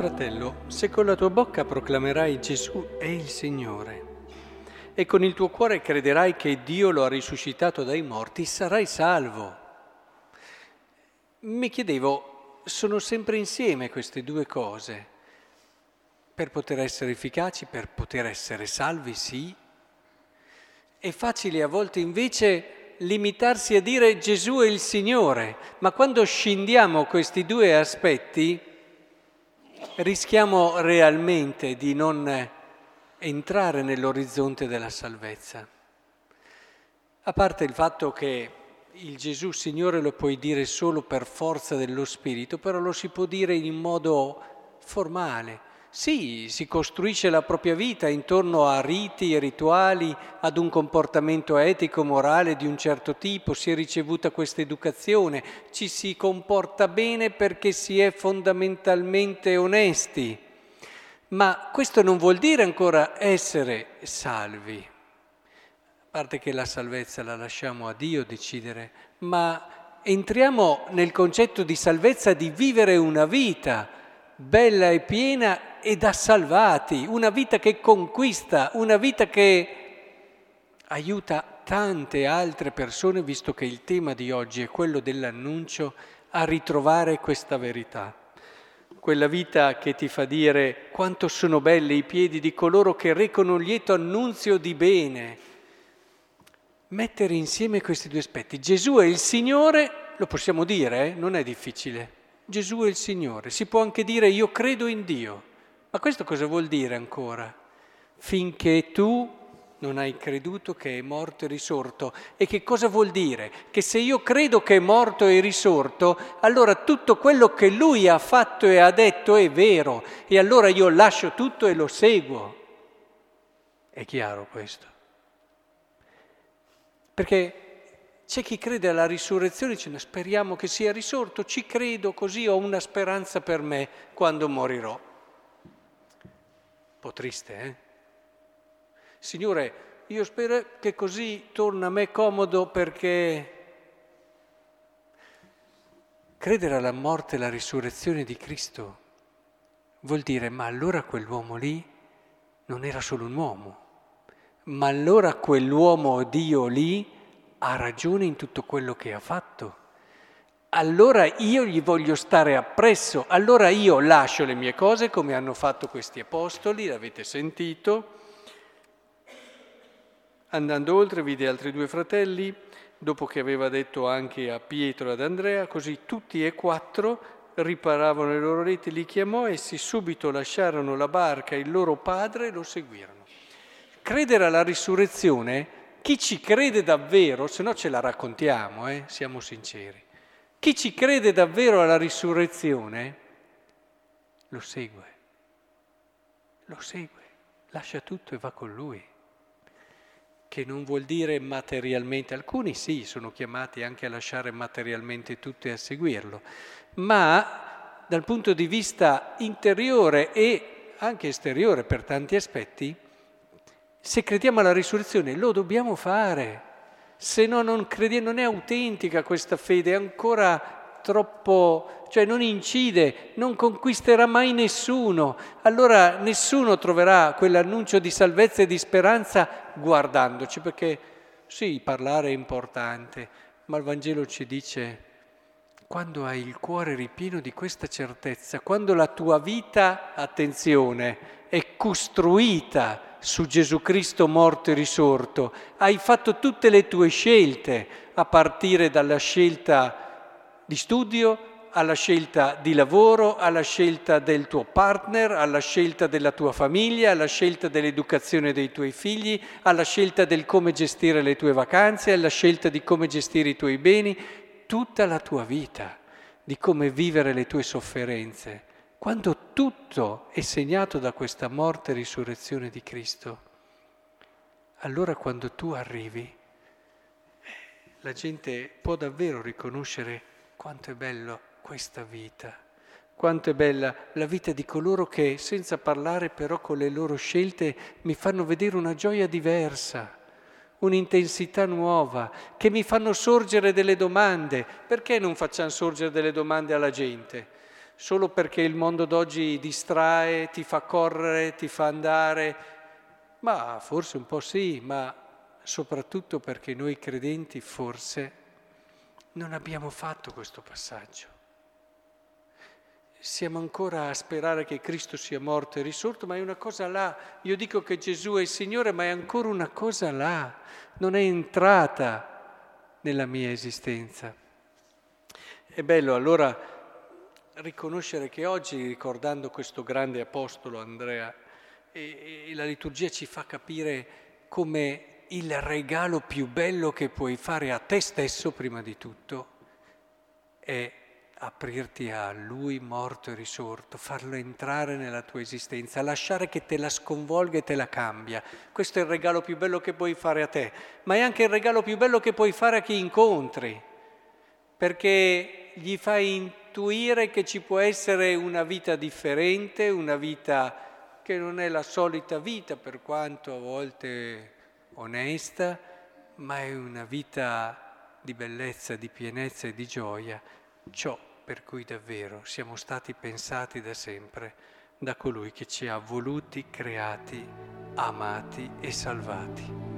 Fratello, se con la tua bocca proclamerai Gesù è il Signore e con il tuo cuore crederai che Dio lo ha risuscitato dai morti, sarai salvo. Mi chiedevo, sono sempre insieme queste due cose? Per poter essere efficaci, per poter essere salvi, sì. È facile a volte invece limitarsi a dire Gesù è il Signore, ma quando scindiamo questi due aspetti rischiamo realmente di non entrare nell'orizzonte della salvezza. A parte il fatto che il Gesù Signore lo puoi dire solo per forza dello Spirito, però lo si può dire in modo formale. Sì, si costruisce la propria vita intorno a riti e rituali, ad un comportamento etico, morale di un certo tipo, si è ricevuta questa educazione, ci si comporta bene perché si è fondamentalmente onesti, ma questo non vuol dire ancora essere salvi. A parte che la salvezza la lasciamo a Dio decidere, ma entriamo nel concetto di salvezza di vivere una vita bella e piena e da salvati, una vita che conquista, una vita che aiuta tante altre persone, visto che il tema di oggi è quello dell'annuncio, a ritrovare questa verità. Quella vita che ti fa dire quanto sono belli i piedi di coloro che recano un lieto annunzio di bene. Mettere insieme questi due aspetti. Gesù è il Signore, lo possiamo dire, non è difficile. Gesù è il Signore. Si può anche dire io credo in Dio. Ma questo cosa vuol dire ancora? Finché tu non hai creduto che è morto e risorto. E che cosa vuol dire? Che se io credo che è morto e risorto, allora tutto quello che Lui ha fatto e ha detto è vero. E allora io lascio tutto e lo seguo. È chiaro questo? Perché c'è chi crede alla risurrezione e dice speriamo che sia risorto, ci credo così ho una speranza per me quando morirò. Un po' triste, eh? Signore, io spero che così torna a me comodo perché credere alla morte e alla risurrezione di Cristo vuol dire ma allora quell'uomo lì non era solo un uomo, ma allora quell'uomo Dio lì ha ragione in tutto quello che ha fatto. Allora io gli voglio stare appresso, allora io lascio le mie cose come hanno fatto questi apostoli, l'avete sentito. Andando oltre vide altri due fratelli, dopo che aveva detto anche a Pietro e ad Andrea, così tutti e quattro riparavano le loro reti, li chiamò, essi subito lasciarono la barca e il loro padre e lo seguirono. Credere alla risurrezione, chi ci crede davvero, se no ce la raccontiamo, siamo sinceri, chi ci crede davvero alla risurrezione lo segue, lascia tutto e va con lui. Che non vuol dire materialmente, alcuni sì, sono chiamati anche a lasciare materialmente tutto e a seguirlo, ma dal punto di vista interiore e anche esteriore per tanti aspetti, se crediamo alla risurrezione lo dobbiamo fare, se no non crediamo, non è autentica questa fede, è ancora troppo, cioè non incide, non conquisterà mai nessuno, allora nessuno troverà quell'annuncio di salvezza e di speranza guardandoci, perché sì, parlare è importante, ma il Vangelo ci dice quando hai il cuore ripieno di questa certezza, quando la tua vita, attenzione, è costruita su Gesù Cristo morto e risorto, hai fatto tutte le tue scelte, a partire dalla scelta di studio, alla scelta di lavoro, alla scelta del tuo partner, alla scelta della tua famiglia, alla scelta dell'educazione dei tuoi figli, alla scelta del come gestire le tue vacanze, alla scelta di come gestire i tuoi beni, tutta la tua vita, di come vivere le tue sofferenze. Quando tutto è segnato da questa morte e risurrezione di Cristo, allora quando tu arrivi, la gente può davvero riconoscere quanto è bello questa vita, quanto è bella la vita di coloro che, senza parlare però con le loro scelte, mi fanno vedere una gioia diversa, un'intensità nuova, che mi fanno sorgere delle domande. Perché non facciamo sorgere delle domande alla gente? solo perché il mondo d'oggi distrae, ti fa correre, ti fa andare, ma forse un po' sì, ma soprattutto perché noi credenti forse non abbiamo fatto questo passaggio. Siamo ancora a sperare che Cristo sia morto e risorto, ma è una cosa là. Io dico che Gesù è il Signore, ma è ancora una cosa là, non è entrata nella mia esistenza. È bello allora riconoscere che oggi, ricordando questo grande apostolo Andrea, e la liturgia ci fa capire come il regalo più bello che puoi fare a te stesso, prima di tutto, è aprirti a Lui morto e risorto, farlo entrare nella tua esistenza, lasciare che te la sconvolga e te la cambia. Questo è il regalo più bello che puoi fare a te, ma è anche il regalo più bello che puoi fare a chi incontri, perché gli fai intuire che ci può essere una vita differente, una vita che non è la solita vita, per quanto a volte onesta, ma è una vita di bellezza, di pienezza e di gioia, ciò per cui davvero siamo stati pensati da sempre da colui che ci ha voluti, creati, amati e salvati.